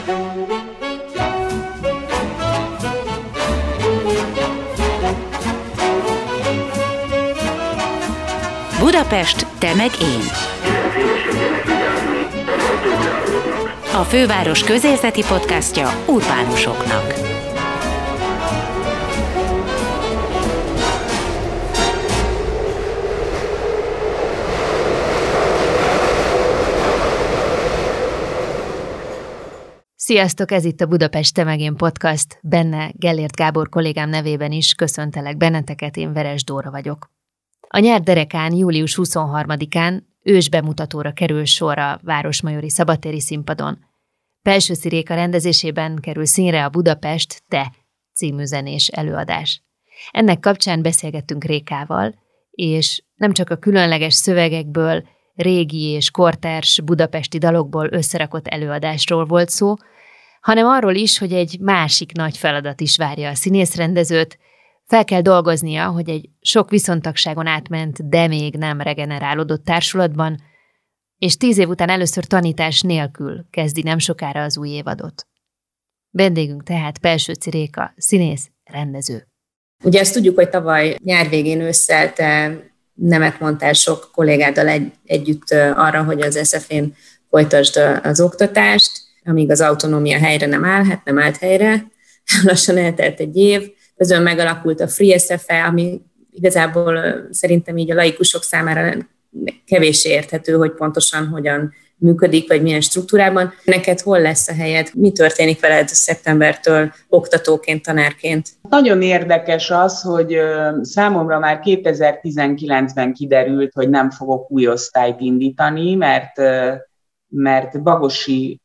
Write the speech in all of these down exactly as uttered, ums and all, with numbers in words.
Budapest, te meg én. A főváros közérzeti podcastja urbánusoknak. Sziasztok, ez itt a Budapest, te meg én podcast. Benne Gellért Gábor kollégám nevében is köszöntelek benneteket, én Veres Dóra vagyok. A nyár derekán, július huszonharmadikán ősbemutatóra kerül sor a Városmajori Szabadtéri Színpadon. Pelsőssy Réka rendezésében kerül színre a Budapest, te című zenés előadás. Ennek kapcsán beszélgettünk Rékával, és nem csak a különleges szövegekből, régi és kortárs budapesti dalokból összerakott előadásról volt szó, hanem arról is, hogy egy másik nagy feladat is várja a színészrendezőt. Fel kell dolgoznia, hogy egy sok viszontagságon átment, de még nem regenerálódott társulatban, és tíz év után először tanítás nélkül kezdi nem sokára az új évadot. Vendégünk tehát Pelsőssy Réka, színész, rendező. Ugye ezt tudjuk, hogy tavaly nyár végén ősszel te nemet mondtál sok kollégáddal egy, együtt arra, hogy az es ef én folytasd az oktatást, amíg az autonómia helyre nem áll, hát nem állt helyre, lassan eltelt egy év, közben megalakult a Free es ef e, ami igazából szerintem így a laikusok számára kevéssé érthető, hogy pontosan hogyan működik, vagy milyen struktúrában. Neked hol lesz a helyed? Mi történik veled szeptembertől oktatóként, tanárként? Nagyon érdekes az, hogy számomra már kétezer-tizenkilencben kiderült, hogy nem fogok új osztályt indítani, mert, mert Bagosi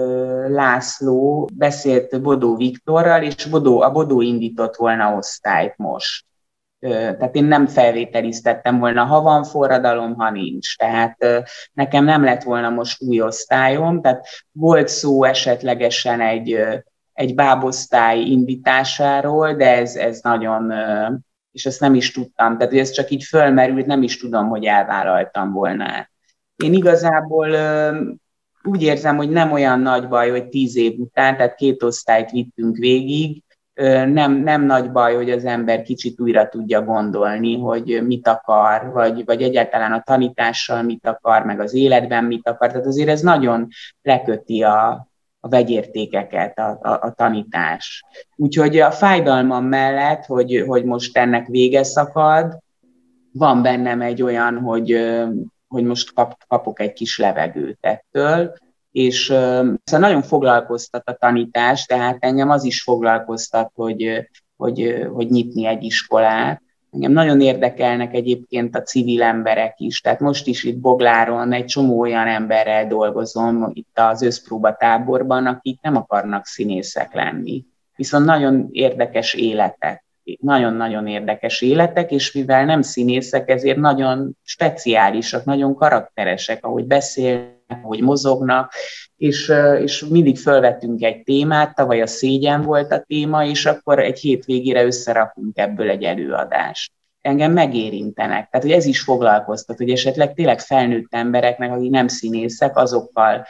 László beszélt Bodó Viktorral, és Bodó, a Bodó indított volna osztályt most. Tehát én nem felvételiztettem volna, ha van forradalom, ha nincs. Tehát nekem nem lett volna most új osztályom, tehát volt szó esetlegesen egy, egy bábosztály indításáról, de ez, ez nagyon, és ezt nem is tudtam, tehát ez csak így fölmerült, nem is tudom, hogy elvállaltam volna. Én igazából úgy érzem, hogy nem olyan nagy baj, hogy tíz év után, tehát két osztályt vittünk végig, Nem, nem nagy baj, hogy az ember kicsit újra tudja gondolni, hogy mit akar, vagy, vagy egyáltalán a tanítással mit akar, meg az életben mit akar. Tehát azért ez nagyon leköti a, a vegyértékeket, a, a, a tanítás. Úgyhogy a fájdalmam mellett, hogy, hogy most ennek vége szakad, van bennem egy olyan, hogy, hogy most kap, kapok egy kis levegőt ettől, és szóval nagyon foglalkoztat a tanítás, tehát engem az is foglalkoztat, hogy, hogy, hogy nyitni egy iskolát. Engem nagyon érdekelnek egyébként a civil emberek is, tehát most is itt Bogláron egy csomó olyan emberrel dolgozom itt az összpróbatáborban, akik nem akarnak színészek lenni. Viszont nagyon érdekes életek, nagyon-nagyon érdekes életek, és mivel nem színészek, ezért nagyon speciálisak, nagyon karakteresek, ahogy beszélnek, ahogy mozognak, és, és mindig felvettünk egy témát, tavaly a szégyen volt a téma, és akkor egy hétvégére összerakunk ebből egy előadást. Engem megérintenek, tehát hogy ez is foglalkoztat, hogy esetleg tényleg felnőtt embereknek, akik nem színészek, azokkal,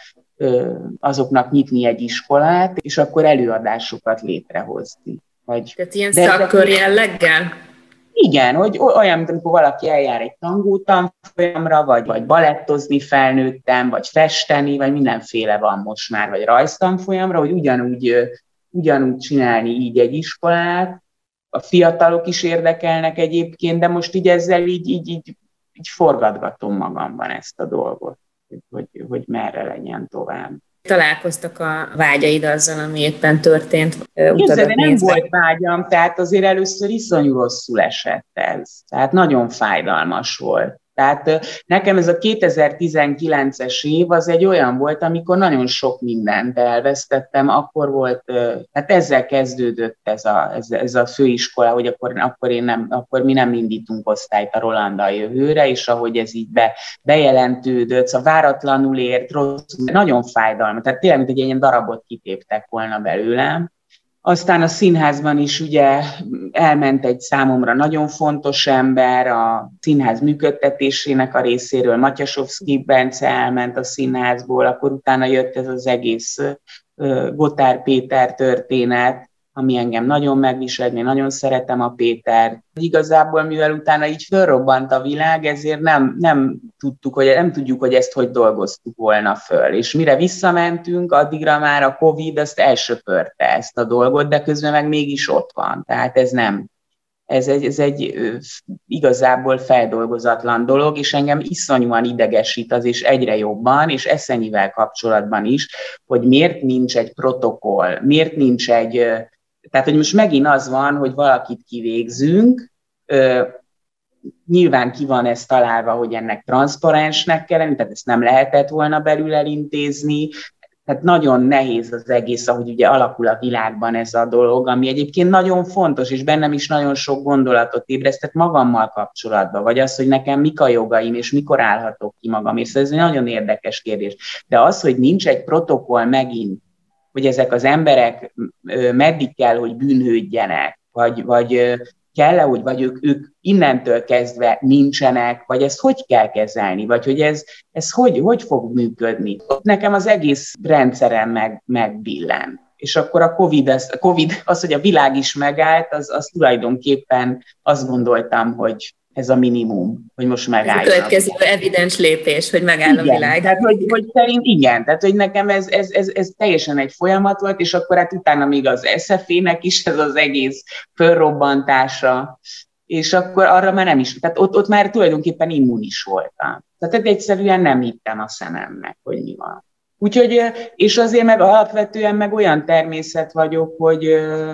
azoknak nyitni egy iskolát, és akkor előadásokat létrehozni. Vagy, tehát ilyen szakkör jelleggel? Igen, hogy olyan, mint amikor valaki eljár egy tangó tanfolyamra, vagy, vagy balettozni felnőttem, vagy festeni, vagy mindenféle van most már, vagy rajztanfolyamra, hogy ugyanúgy, ugyanúgy csinálni így egy iskolát. A fiatalok is érdekelnek egyébként, de most így ezzel így, így, így, így forgatgatom magamban ezt a dolgot, hogy, hogy, hogy merre legyen tovább. Találkoztak a vágyaid azzal, ami éppen történt? Képzeld, nem volt vágyam, tehát azért először iszonyú rosszul esett ez. Tehát nagyon fájdalmas volt. Tehát nekem ez a kétezer-tizenkilences év az egy olyan volt, amikor nagyon sok mindent elvesztettem, akkor volt, tehát ezzel kezdődött ez a, ez, ez a főiskola, hogy akkor, akkor, én nem, akkor mi nem indítunk osztályt a Rolandal jövőre, és ahogy ez így be, bejelentődött, szóval váratlanul ért, rosszul, nagyon fájdalmas, tehát tényleg, mint egy ilyen darabot kitéptek volna belőlem, Aztán a színházban is ugye elment egy számomra nagyon fontos ember a színház működtetésének a részéről, Matyasovszky Bence elment a színházból, akkor utána jött ez az egész Gotthár Péter történet, ami engem nagyon megviselt, én nagyon szeretem a Pétert. Igazából, mivel utána így fölrobbant a világ, ezért nem, nem, tudtuk, hogy, nem tudjuk, hogy ezt hogy dolgoztuk volna föl. És mire visszamentünk, addigra már a Covid azt elsöpörte ezt a dolgot, de közben meg mégis ott van. Tehát ez nem. Ez egy, ez egy igazából feldolgozatlan dolog, és engem iszonyúan idegesít az, és egyre jobban, és Eszenyivel kapcsolatban is, hogy miért nincs egy protokoll, miért nincs egy... Tehát, hogy most megint az van, hogy valakit kivégzünk, nyilván ki van ez találva, hogy ennek transzparensnek kell lenni, tehát ezt nem lehetett volna belül elintézni, tehát nagyon nehéz az egész, ahogy ugye alakul a világban ez a dolog, ami egyébként nagyon fontos, és bennem is nagyon sok gondolatot ébresztett magammal kapcsolatban, vagy az, hogy nekem mik a jogaim, és mikor állhatok ki magam, és ez egy nagyon érdekes kérdés. De az, hogy nincs egy protokoll megint, hogy ezek az emberek meddig kell, hogy bűnhődjenek, vagy, vagy kell-e, hogy vagy ők, ők innentől kezdve nincsenek, vagy ezt hogy kell kezelni, vagy hogy ez, ez hogy, hogy fog működni. Nekem az egész rendszerem meg, megbillen. És akkor a COVID, az, a COVID, az, hogy a világ is megállt, az, az tulajdonképpen azt gondoltam, hogy ez a minimum, hogy most megálljon. Ez a következő evidens lépés, hogy megáll igen, a világ. Tehát, hogy, hogy szerint igen, tehát, hogy nekem ez, ez, ez, ez teljesen egy folyamat volt, és akkor hát utána még az es ef é-nek is ez az egész fölrobbantása, és akkor arra már nem is, tehát ott, ott már tulajdonképpen immunis voltam. Tehát egyszerűen nem hittem a szememnek, hogy mi van. Úgyhogy, és azért meg alapvetően meg olyan természet vagyok, hogy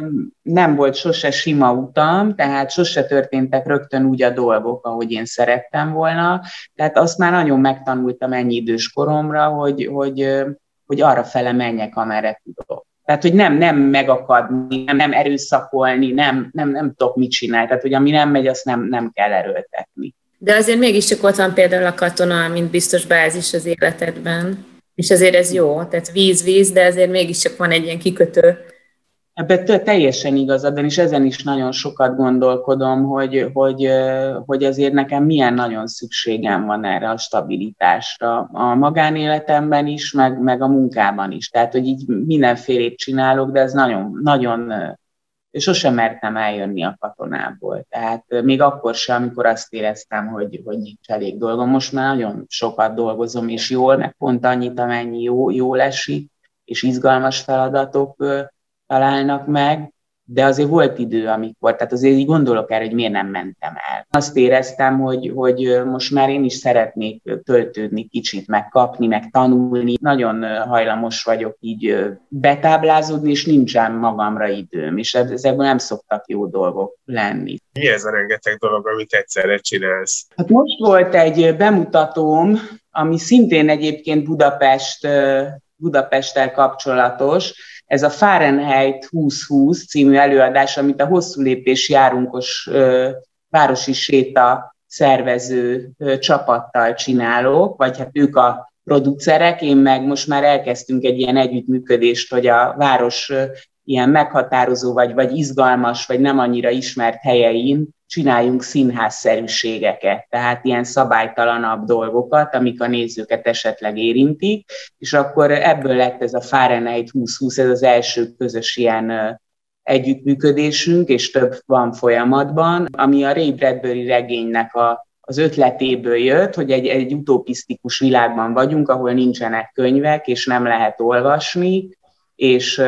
nem volt sose sima utam, tehát sose történtek rögtön úgy a dolgok, ahogy én szerettem volna. Tehát azt már nagyon megtanultam ennyi idős koromra, hogy, hogy, hogy arra fele menjek, amerre tudok. Tehát, hogy nem, nem megakadni, nem, nem erőszakolni, nem, nem, nem tudok mit csinálni. Tehát, hogy ami nem megy, azt nem, nem kell erőltetni. De azért mégiscsak ott van például a katona, mint biztos bázis az életedben. És azért ez jó, tehát víz-víz, de azért mégiscsak van egy ilyen kikötő. Ebben teljesen igazad, de és ezen is nagyon sokat gondolkodom, hogy, hogy, hogy azért nekem milyen nagyon szükségem van erre a stabilitásra. A magánéletemben is, meg, meg a munkában is. Tehát, hogy így mindenfélét csinálok, de ez nagyon, nagyon sosem mertem eljönni a katonából. Tehát még akkor sem, amikor azt éreztem, hogy, hogy nincs elég dolgom. Most már nagyon sokat dolgozom, és jól, meg pont annyit, amennyi jó, jól esik, és izgalmas feladatok találnak meg, de azért volt idő, amikor, tehát azért így gondolok erre, hogy miért nem mentem el. Azt éreztem, hogy, hogy most már én is szeretnék töltődni kicsit, meg kapni, meg tanulni. Nagyon hajlamos vagyok így betáblázódni, és nincsen magamra időm, és ezekből nem szoktak jó dolgok lenni. Mi ez a rengeteg dolog, amit egyszerre csinálsz? Hát most volt egy bemutatóm, ami szintén egyébként Budapest, Budapesttel kapcsolatos. Ez a Fahrenheit húsz-húsz című előadás, amit a hosszú lépés járunkos ö, városi séta szervező ö, csapattal csinálok, vagy hát ők a producerek, én meg most már elkezdtünk egy ilyen együttműködést, hogy a város ö, ilyen meghatározó, vagy, vagy izgalmas, vagy nem annyira ismert helyein csináljunk színházszerűségeket, tehát ilyen szabálytalanabb dolgokat, amik a nézőket esetleg érintik, és akkor ebből lett ez a Fahrenheit húsz-húsz, ez az első közös ilyen együttműködésünk, és több van folyamatban, ami a Ray Bradbury regénynek a, az ötletéből jött, hogy egy, egy utopisztikus világban vagyunk, ahol nincsenek könyvek, és nem lehet olvasni, és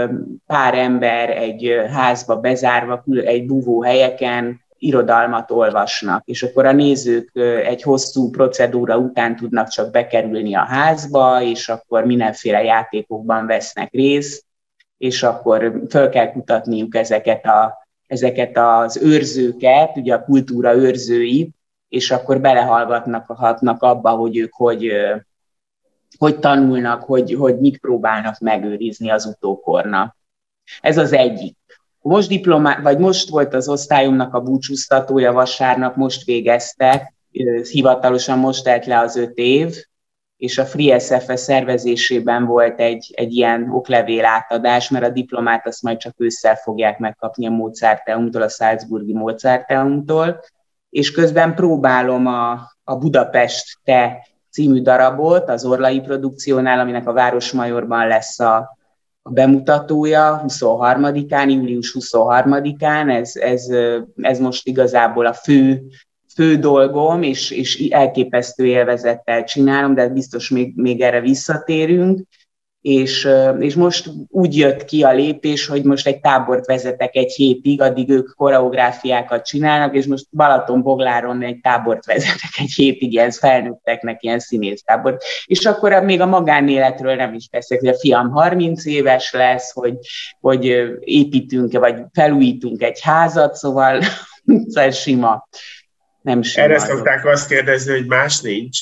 pár ember egy házba bezárva, egy búvóhelyeken irodalmat olvasnak, és akkor a nézők egy hosszú procedúra után tudnak csak bekerülni a házba, és akkor mindenféle játékokban vesznek részt, és akkor föl kell kutatniuk ezeket, a, ezeket az őrzőket, ugye a kultúra őrzőit, és akkor belehallgatnak hatnak abba, hogy ők hogy, hogy tanulnak, hogy, hogy mit próbálnak megőrizni az utókornak. Ez az egyik. Most diplomá, vagy most volt az osztályomnak a búcsúztatója vasárnap, most végeztek, hivatalosan most telt le az öt év, és a Free es ef e szervezésében volt egy, egy ilyen oklevél átadás, mert a diplomát azt majd csak ősszel fogják megkapni a Mozarteumtól, a Salzburgi Mozarteumtól, és közben próbálom a, a Budapest Te című darabot az Orlai Produkciónál, aminek a Városmajorban lesz a, a bemutatója huszonharmadikán, július huszonharmadikán, ez, ez, ez most igazából a fő, fő dolgom, és, és elképesztő élvezettel csinálom, de biztos még, még erre visszatérünk. És, és most úgy jött ki a lépés, hogy most egy tábort vezetek egy hétig, addig ők koreográfiákat csinálnak, és most Balatonbogláron egy tábort vezetek egy hétig, ilyen felnőtteknek ilyen színésztábort. És akkor még a magánéletről nem is beszélek, hogy a fiam harminc éves lesz, hogy, hogy építünk, vagy felújítunk egy házat, szóval ez sima. Nem sima. Erre szokták azt kérdezni, hogy más nincs.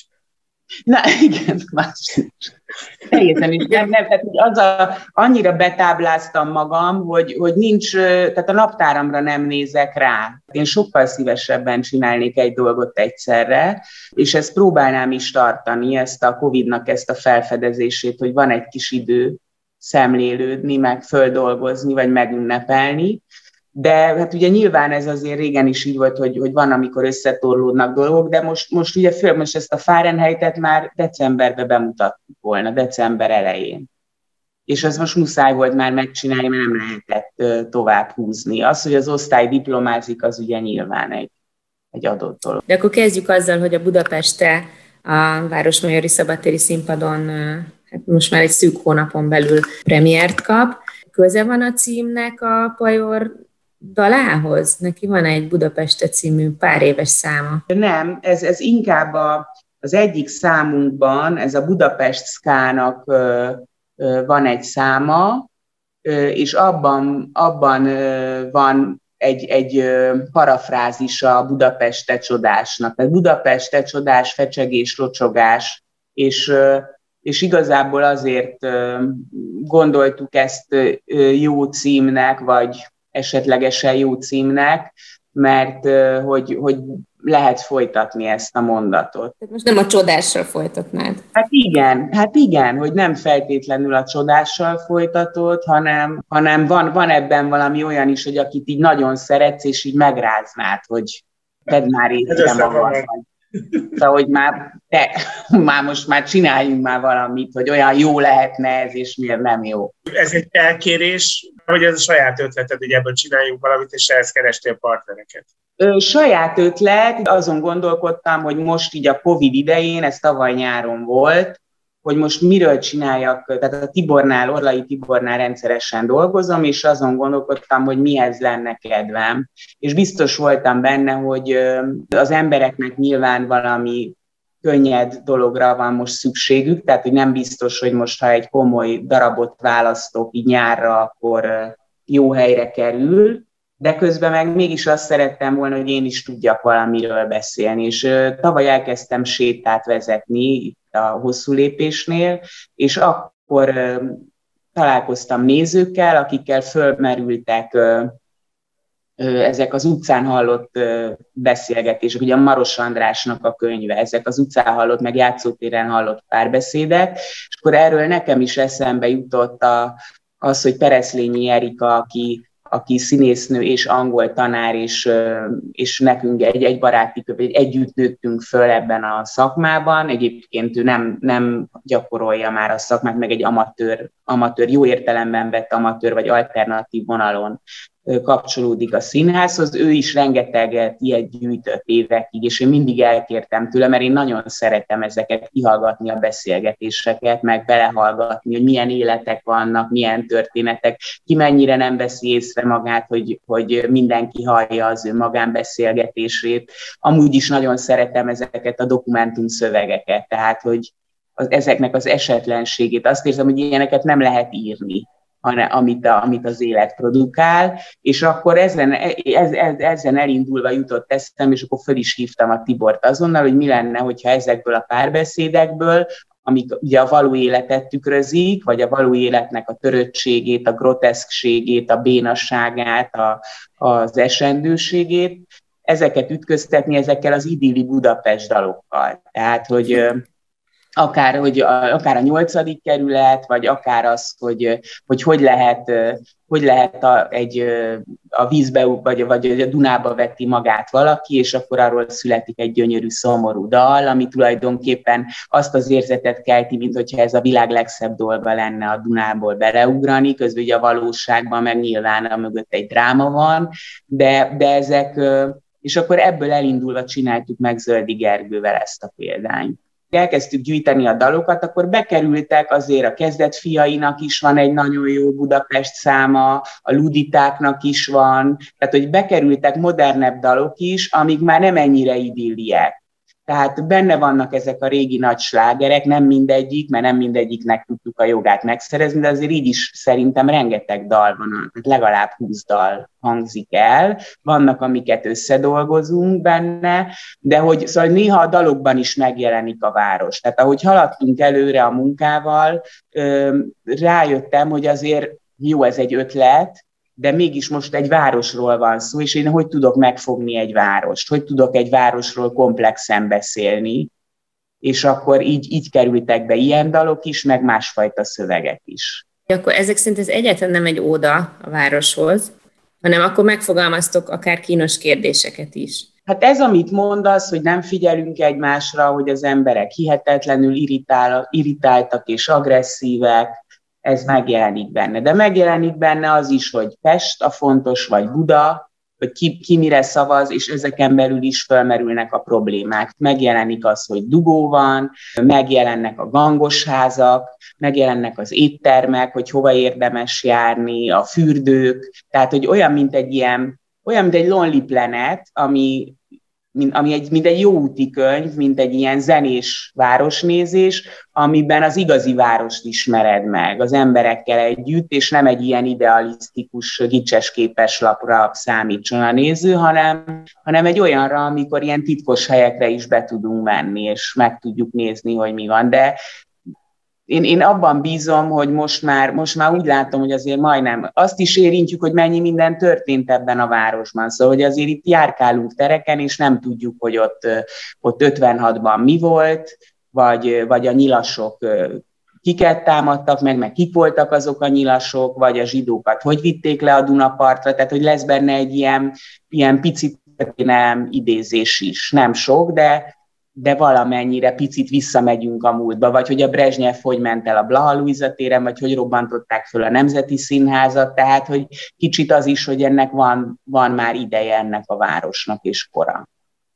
Na igen, más nincs. Teljesen is. Nem, nem, tehát az a, annyira betábláztam magam, hogy, hogy nincs, tehát a naptáramra nem nézek rá. Én sokkal szívesebben csinálnék egy dolgot egyszerre, és ezt próbálnám is tartani, ezt a Covidnak ezt a felfedezését, hogy van egy kis idő szemlélődni, meg földolgozni, vagy megünnepelni. De hát ugye nyilván ez azért régen is így volt, hogy, hogy van, amikor összetorlódnak dolgok, de most, most ugye föl, most ezt a Fahrenheit-et már decemberben bemutattuk volna, december elején. És ez most muszáj volt már megcsinálni, mert nem lehetett tovább húzni. Az, hogy az osztály diplomázik, az ugye nyilván egy, egy adott dolog. De akkor kezdjük azzal, hogy a Budapest Te a Városmajori Szabadtéri Színpadon hát most már egy szűk hónapon belül premiért kap. Köze van a címnek a Pajor dalához? Neki van egy Budapest Te című pár éves száma. Nem, ez, ez inkább a, az egyik számunkban, ez a Budapest Ska-nak ö, ö, van egy száma, ö, és abban, abban ö, van egy, egy ö, parafrázisa a Budapest Te csodásnak. Tehát Budapest Te csodás, fecsegés, locsogás, és ö, és igazából azért ö, gondoltuk ezt ö, jó címnek, vagy esetlegesen jó címnek, mert hogy, hogy lehet folytatni ezt a mondatot. Tehát most nem a csodással folytatnád. Hát igen, hát igen, hogy nem feltétlenül a csodással folytatod, hanem, hanem van, van ebben valami olyan is, hogy akit így nagyon szeretsz, és így megráznád, hogy tedd már észre magad. Szóval, hogy már, te, már most már csináljunk már valamit, hogy olyan jó lehetne ez, és miért nem jó. Ez egy elkérés, vagy ez a saját ötleted, hogy ebből csináljunk valamit, és ehhez kerestél partnereket? Ö, saját ötlet, azon gondolkodtam, hogy most így a Covid idején, ez tavaly nyáron volt, hogy most miről csináljak, tehát a Tibornál, Orlai Tibornál rendszeresen dolgozom, és azon gondolkodtam, hogy mihez lenne kedvem. És biztos voltam benne, hogy az embereknek nyilván valami könnyed dologra van most szükségük, tehát hogy nem biztos, hogy most, ha egy komoly darabot választok így nyárra, akkor jó helyre kerül, de közben meg mégis azt szerettem volna, hogy én is tudjak valamiről beszélni. És tavaly elkezdtem sétát vezetni a hosszú lépésnél, és akkor találkoztam nézőkkel, akikkel fölmerültek ezek az utcán hallott beszélgetések, ugye a Maros Andrásnak a könyve, ezek az utcán hallott, meg játszótéren hallott párbeszédek, és akkor erről nekem is eszembe jutott a, az, hogy Pereszlényi Erika, aki, aki színésznő és angol tanár, és, és nekünk egy, egy baráti, egy együtt nőttünk föl ebben a szakmában, egyébként ő nem, nem gyakorolja már a szakmát, meg egy amatőr, amatőr, jó értelemben vett amatőr, vagy alternatív vonalon kapcsolódik a színházhoz, ő is rengeteget ilyet gyűjtött évekig, és én mindig elkértem tőle, mert én nagyon szeretem ezeket kihallgatni, a beszélgetéseket, meg belehallgatni, hogy milyen életek vannak, milyen történetek, ki mennyire nem veszi észre magát, hogy, hogy mindenki hallja az ő magánbeszélgetését. Amúgy is nagyon szeretem ezeket a dokumentum szövegeket, tehát, hogy az, ezeknek az esetlenségét, azt érzem, hogy ilyeneket nem lehet írni, hanem amit, a, amit az élet produkál, és akkor ezen, ez, ez, ezen elindulva jutott eszem, és akkor föl is hívtam a Tibort azonnal, hogy mi lenne, hogyha ezekből a párbeszédekből, amik ugye a való életet tükrözik, vagy a való életnek a töröttségét, a groteszkségét, a bénasságát, a, az akár, hogy a, akár a nyolcadik kerület, vagy akár az, hogy hogy, hogy lehet, hogy lehet a, egy, a vízbe, vagy, vagy a Dunába veti magát valaki, és akkor arról születik egy gyönyörű, szomorú dal, ami tulajdonképpen azt az érzetet kelti, mint hogyha ez a világ legszebb dolga lenne a Dunából beleugrani, közben ugye a valóságban meg nyilván a mögött egy dráma van, de, de ezek, és akkor ebből elindulva csináltuk meg Zöldi Gergővel ezt a példányt. Elkezdtük gyűjteni a dalokat, akkor bekerültek azért a Kezdetfiainak is van egy nagyon jó Budapest száma, a Luditáknak is van, tehát hogy bekerültek modernebb dalok is, amik már nem ennyire idilliek. Tehát benne vannak ezek a régi nagy slágerek, nem mindegyik, mert nem mindegyiknek tudtuk a jogát megszerezni, de azért így is szerintem rengeteg dal van, legalább húsz dal hangzik el, vannak, amiket összedolgozunk benne, de hogy szóval néha a dalokban is megjelenik a város. Tehát ahogy haladtunk előre a munkával, rájöttem, hogy azért jó, ez egy ötlet, de mégis most egy városról van szó, és én hogy tudok megfogni egy várost, hogy tudok egy városról komplexen beszélni, és akkor így, így kerültek be ilyen dalok is, meg másfajta szövegek is. Akkor ezek szerint ez egyáltalán nem egy óda a városhoz, hanem akkor megfogalmaztok akár kínos kérdéseket is. Hát ez, amit mondasz, hogy nem figyelünk egymásra, hogy az emberek hihetetlenül irritál, irritáltak és agresszívek, ez megjelenik benne. De megjelenik benne az is, hogy Pest a fontos, vagy Buda, hogy ki, ki mire szavaz, és ezeken belül is felmerülnek a problémák. Megjelenik az, hogy dugó van, megjelennek a gangosházak, megjelennek az éttermek, hogy hova érdemes járni, a fürdők, tehát hogy olyan, mint egy ilyen, olyan, mint egy Lonely Planet, ami Mint, ami egy, mint egy jó úti könyv, mint egy ilyen zenés városnézés, amiben az igazi várost ismered meg az emberekkel együtt, és nem egy ilyen idealisztikus, gicses képeslapra számítson a néző, hanem, hanem egy olyanra, amikor ilyen titkos helyekre is be tudunk menni, és meg tudjuk nézni, hogy mi van. De Én, én abban bízom, hogy most már, most már úgy látom, hogy azért majdnem azt is érintjük, hogy mennyi minden történt ebben a városban. Szóval, hogy azért itt járkálunk tereken, és nem tudjuk, hogy ott, ott ötvenhatban mi volt, vagy, vagy a nyilasok kiket támadtak meg, meg kik voltak azok a nyilasok, vagy a zsidókat hogy vitték le a Dunapartra, tehát hogy lesz benne egy ilyen, ilyen pici történelem idézés is. Nem sok, de de valamennyire picit visszamegyünk a múltba, vagy hogy a Brezsnyev hogy ment el a Blaha Lujza téren, vagy hogy robbantották föl a Nemzeti Színházat, tehát hogy kicsit az is, hogy ennek van, van már ideje ennek a városnak és kora.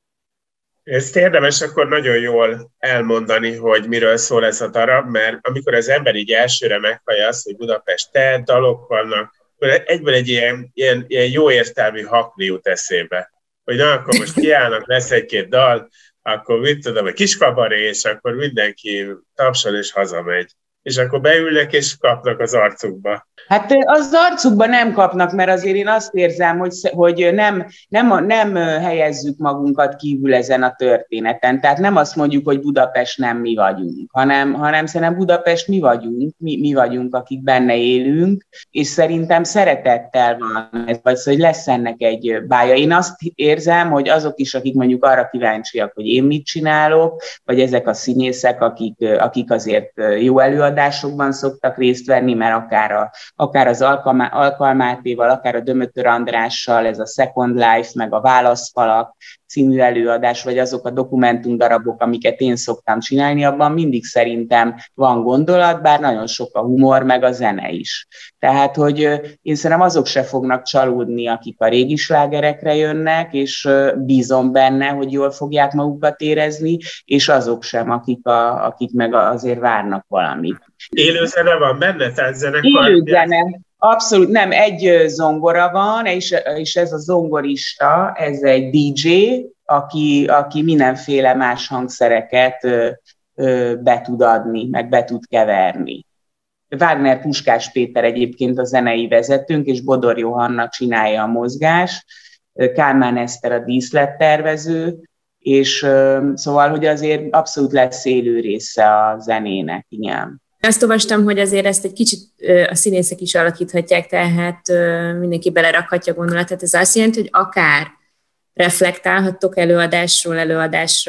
Ezt érdemes akkor nagyon jól elmondani, hogy miről szól ez a darab, mert amikor az ember így elsőre meghallja azt, hogy Budapest te, dalok vannak, egyből egy ilyen, ilyen, ilyen jó értelmű hakni jut eszébe, hogy na, akkor most kiállnak, lesz egy-két dal, akkor mit tudom, egy kis kabaré, és akkor mindenki tapsol és hazamegy. És akkor beülnek és kapnak az arcukba. Hát az arcukba nem kapnak, mert azért én azt érzem, hogy, hogy nem, nem, nem helyezzük magunkat kívül ezen a történeten. Tehát nem azt mondjuk, hogy Budapest nem mi vagyunk, hanem, hanem szerintem Budapest mi vagyunk, mi, mi vagyunk, akik benne élünk, és szerintem szeretettel van ez, vagy szóval, hogy lesz ennek egy bája. Én azt érzem, hogy azok is, akik mondjuk arra kíváncsiak, hogy én mit csinálok, vagy ezek a színészek, akik, akik azért jó előadásokban szoktak részt venni, mert akár a akár az Alkalmátéval, akár a Dömötör Andrással, ez a Second Life, meg a Válaszfalak című előadás, vagy azok a dokumentumdarabok, amiket én szoktam csinálni, abban mindig szerintem van gondolat, bár nagyon sok a humor, meg a zene is. Tehát, hogy én szerintem azok se fognak csalódni, akik a régi slágerekre jönnek, és bízom benne, hogy jól fogják magukat érezni, és azok sem, akik, a, akik meg azért várnak valamit. Élő zene van benne? Tehát zenekar? Élő zene. Abszolút nem, egy zongora van, és, és ez a zongorista, ez egy dé dzsé, aki, aki mindenféle más hangszereket ö, ö, be tud adni, meg be tud keverni. Wagner Puskás Péter egyébként a zenei vezetőnk, és Bodor Johanna csinálja a mozgást, Kálmán Eszter a díszlettervező, és ö, szóval, hogy azért abszolút lesz élő része a zenének, igen. Azt olvastam, hogy azért ezt egy kicsit a színészek is alakíthatják, tehát mindenki belerakhatja gondolatát. Ez azt jelenti, hogy akár reflektálhattok előadásról előadásra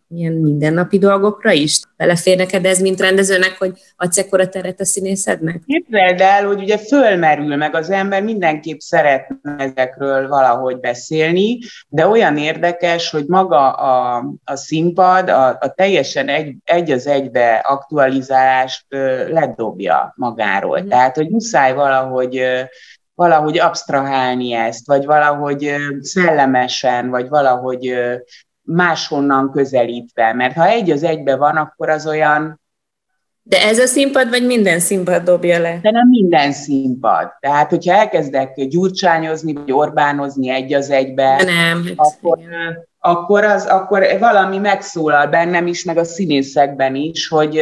ilyen mindennapi dolgokra is? Belefér neked ez, mint rendezőnek, hogy adsz ekkora teret a színészednek? Képzeld el, hogy ugye fölmerül meg az ember, mindenképp szeretne ezekről valahogy beszélni, de olyan érdekes, hogy maga a, a színpad a, a teljesen egy, egy az egybe aktualizálást ledobja magáról. Mm. Tehát, hogy muszáj valahogy valahogy absztrahálni ezt, vagy valahogy szellemesen, vagy valahogy máshonnan közelítve. Mert ha egy az egybe van, akkor az olyan... De ez a színpad, vagy minden színpad dobja le? De nem minden színpad. Tehát, hogyha elkezdek gyurcsányozni, vagy Orbánozni egy az egybe, nem, akkor, akkor, az, akkor valami megszólal bennem is, meg a színészekben is, hogy,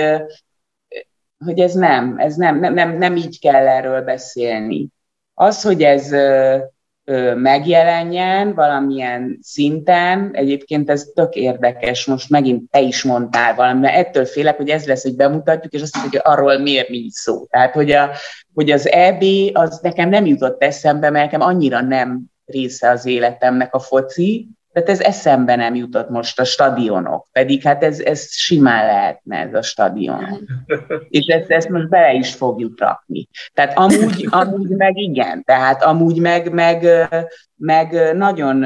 hogy ez nem, ez nem, nem, nem, nem így kell erről beszélni. Az, hogy ez ö, ö, megjelenjen valamilyen szinten, egyébként ez tök érdekes, most megint te is mondtál valami, mert ettől félek, hogy ez lesz, hogy bemutatjuk, és azt mondjuk, hogy arról miért nincs szó. Tehát, hogy, a, hogy az é bé, az nekem nem jutott eszembe, mert nekem annyira nem része az életemnek a foci, tehát ez eszembe nem jutott most a stadionok, pedig hát ez, ez simán lehetne ez a stadion. És ezt, ezt most bele is fogjuk rakni. Tehát amúgy, amúgy meg igen, tehát amúgy meg, meg, meg nagyon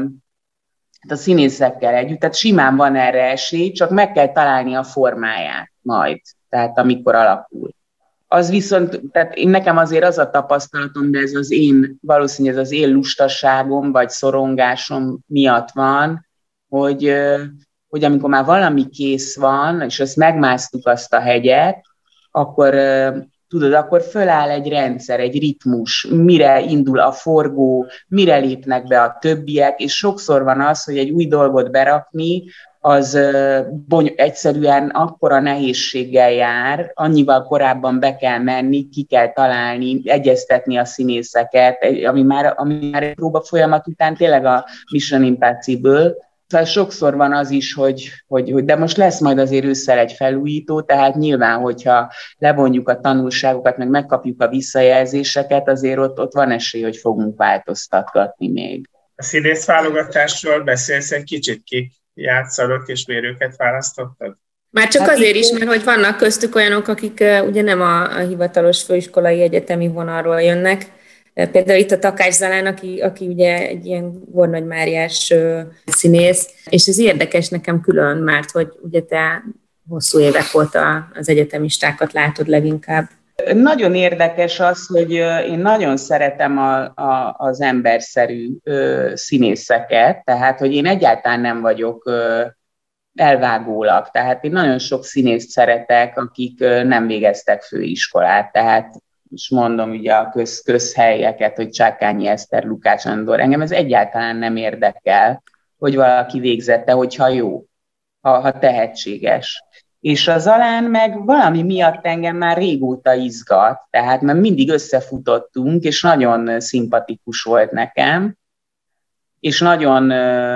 hát a színészekkel együtt, tehát simán van erre esély, csak meg kell találni a formáját majd, tehát amikor alakul. Az viszont, tehát én, nekem azért az a tapasztalatom, de ez az én, valószínűleg ez az én lustaságom, vagy szorongásom miatt van, hogy, hogy amikor már valami kész van, és azt megmásztuk azt a hegyet, akkor tudod, akkor föláll egy rendszer, egy ritmus, mire indul a forgó, mire lépnek be a többiek, és sokszor van az, hogy egy új dolgot berakni, az bony- egyszerűen akkora nehézséggel jár, annyival korábban be kell menni, ki kell találni, egyeztetni a színészeket, ami már, ami már egy próba folyamat után tényleg a Mission Impossible. Szóval sokszor van az is, hogy, hogy, hogy de most lesz majd azért ősszel egy felújító, tehát nyilván, hogyha levonjuk a tanulságokat, meg megkapjuk a visszajelzéseket, azért ott, ott van esély, hogy fogunk változtatgatni még. A színészválogatásról beszélsz egy kicsit, kik játszanak, és miért őket választottad? Már csak azért is, mert hogy vannak köztük olyanok, akik uh, ugye nem a, a hivatalos főiskolai egyetemi vonalról jönnek. Uh, például itt a Takács Zalán, aki, aki ugye egy ilyen Gornagy Máriás uh, színész, és ez érdekes nekem külön, mert hogy ugye te hosszú évek óta az egyetemistákat látod leginkább. Nagyon érdekes az, hogy én nagyon szeretem a, a, az emberszerű ö, színészeket, tehát hogy én egyáltalán nem vagyok ö, elvágólag, tehát én nagyon sok színészt szeretek, akik ö, nem végeztek főiskolát, tehát most mondom ugye a köz, közhelyeket, hogy Csákányi Eszter, Lukács Andor, engem ez egyáltalán nem érdekel, hogy valaki végzette, hogyha jó, ha, ha tehetséges. És a Zalán meg valami miatt engem már régóta izgat, tehát mert mindig összefutottunk, és nagyon szimpatikus volt nekem, és nagyon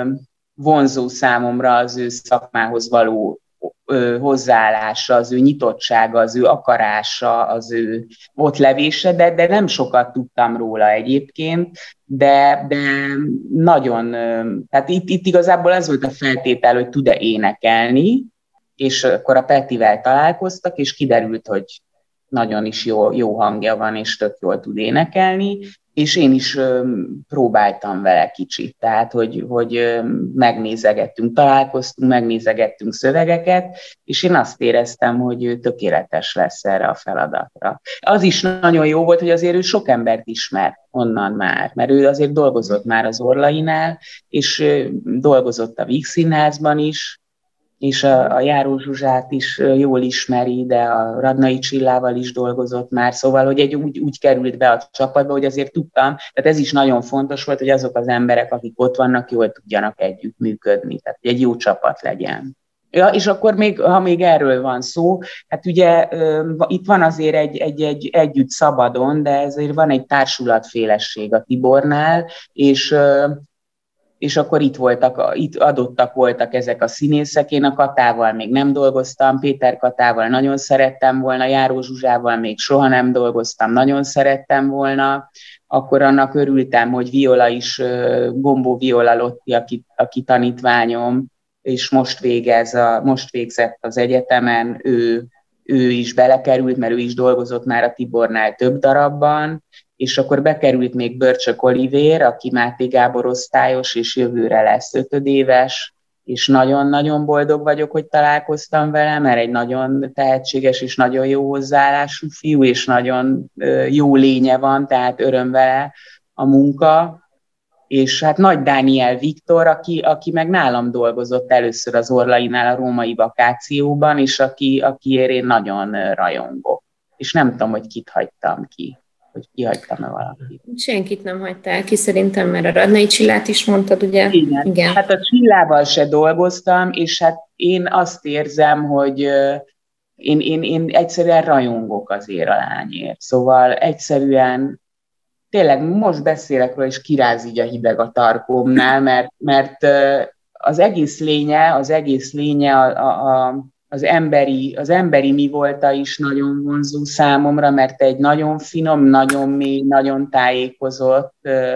vonzó számomra az ő szakmához való hozzáállása, az ő nyitottsága, az ő akarása, az ő ott levése, de, de nem sokat tudtam róla egyébként, de, de nagyon, tehát itt, itt igazából az volt a feltétel, hogy tud-e énekelni, és akkor a Petivel találkoztak, és kiderült, hogy nagyon is jó, jó hangja van, és tök jól tud énekelni, és én is ö, próbáltam vele kicsit, tehát, hogy, hogy ö, megnézegettünk, találkoztunk, megnézegettünk szövegeket, és én azt éreztem, hogy ő tökéletes lesz erre a feladatra. Az is nagyon jó volt, hogy azért ő sok embert ismer onnan már, mert ő azért dolgozott már az Orlainál, és ö, dolgozott a Víg Színházban is, és a, a Járó Zsuzsát is jól ismeri, de a Radnai Csillával is dolgozott már, szóval, hogy egy úgy, úgy került be a csapatba, hogy azért tudtam, tehát ez is nagyon fontos volt, hogy azok az emberek, akik ott vannak, jól tudjanak együtt működni, tehát egy jó csapat legyen. Ja, és akkor még, ha még erről van szó, hát ugye itt van azért egy, egy, egy együtt szabadon, de ezért van egy társulatfélesség a Tibornál, és és akkor itt voltak, itt adottak voltak ezek a színészek. Én a Katával még nem dolgoztam, Péter Katával nagyon szerettem volna, Járó Zsuzsával még soha nem dolgoztam, nagyon szerettem volna. Akkor annak örültem, hogy Viola is, Gombó Viola Lotti, aki, aki tanítványom, és most végez, a, most végzett az egyetemen, ő, ő is belekerült, mert ő is dolgozott már a Tibornál több darabban, és akkor bekerült még Börcsök Olivér, aki Máté Gábor osztályos, és jövőre lesz ötödéves, és nagyon-nagyon boldog vagyok, hogy találkoztam vele, mert egy nagyon tehetséges és nagyon jó hozzáállású fiú, és nagyon jó lénye van, tehát öröm vele a munka. És hát Nagy Dániel Viktor, aki, aki meg nálam dolgozott először az Orlainál a római vakációban, és aki, akiért én nagyon rajongok. És nem tudom, hogy kit hagytam ki, hogy kihagytam-e valakit. Senkit nem hagytál ki, szerintem, mert a Radnai Csillát is mondtad, ugye? Igen. Igen. Hát a Csillával se dolgoztam, és hát én azt érzem, hogy én, én, én egyszerűen rajongok azért a lányért. Szóval egyszerűen tényleg most beszélek róla, és kiráz így a hideg a tarkómnál, mert, mert az egész lénye, az egész lénye a, a, az, emberi, az emberi mi volta is nagyon vonzó számomra, mert egy nagyon finom, nagyon mély, nagyon tájékozott,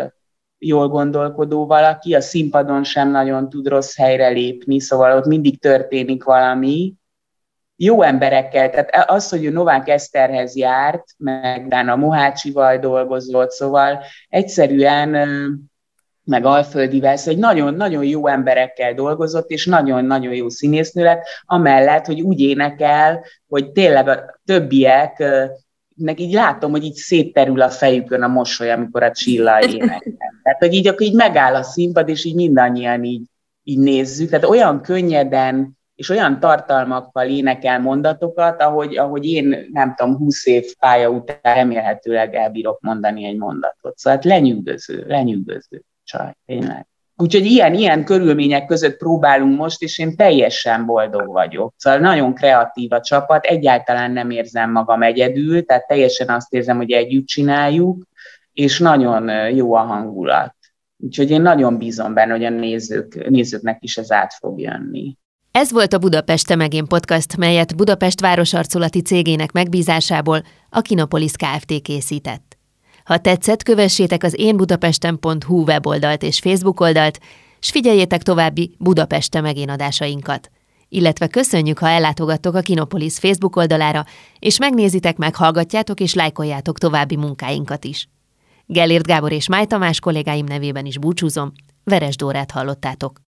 jól gondolkodó valaki, a színpadon sem nagyon tud rossz helyre lépni, szóval ott mindig történik valami. Jó emberekkel, tehát az, hogy ő Novák Eszterhez járt, meg a Mohácsival dolgozott, szóval egyszerűen, meg Alföldivel, szóval egy nagyon-nagyon jó emberekkel dolgozott, és nagyon-nagyon jó színésznő lett, amellett, hogy úgy énekel, hogy tényleg a többiek, meg így látom, hogy így szétterül a fejükön a mosoly, amikor a Csilla énekel. Tehát, hogy így, akkor így megáll a színpad, és így mindannyian így, így nézzük. Tehát olyan könnyeden, és olyan tartalmakkal énekel mondatokat, ahogy, ahogy én, nem tudom, húsz év pálya után remélhetőleg elbírok mondani egy mondatot. Szóval hát lenyűgöző, lenyűgöző csaj, tényleg. Úgyhogy ilyen, ilyen körülmények között próbálunk most, és én teljesen boldog vagyok. Szóval nagyon kreatív a csapat, egyáltalán nem érzem magam egyedül, tehát teljesen azt érzem, hogy együtt csináljuk, és nagyon jó a hangulat. Úgyhogy én nagyon bízom benne, hogy a nézők, nézőknek is ez át fog jönni. Ez volt a Budapest Te meg én podcast, melyet Budapest városarculati cégének megbízásából a Kinopolis Kft. Készített. Ha tetszett, kövessétek az én budapesten pont hu weboldalt és Facebook oldalt, s figyeljétek további Budapest Te meg én adásainkat. Illetve köszönjük, ha ellátogattok a Kinopolis Facebook oldalára, és megnézitek, meghallgatjátok és lájkoljátok további munkáinkat is. Gellért Gábor és Máj Tamás kollégáim nevében is búcsúzom, Veres Dórát hallottátok.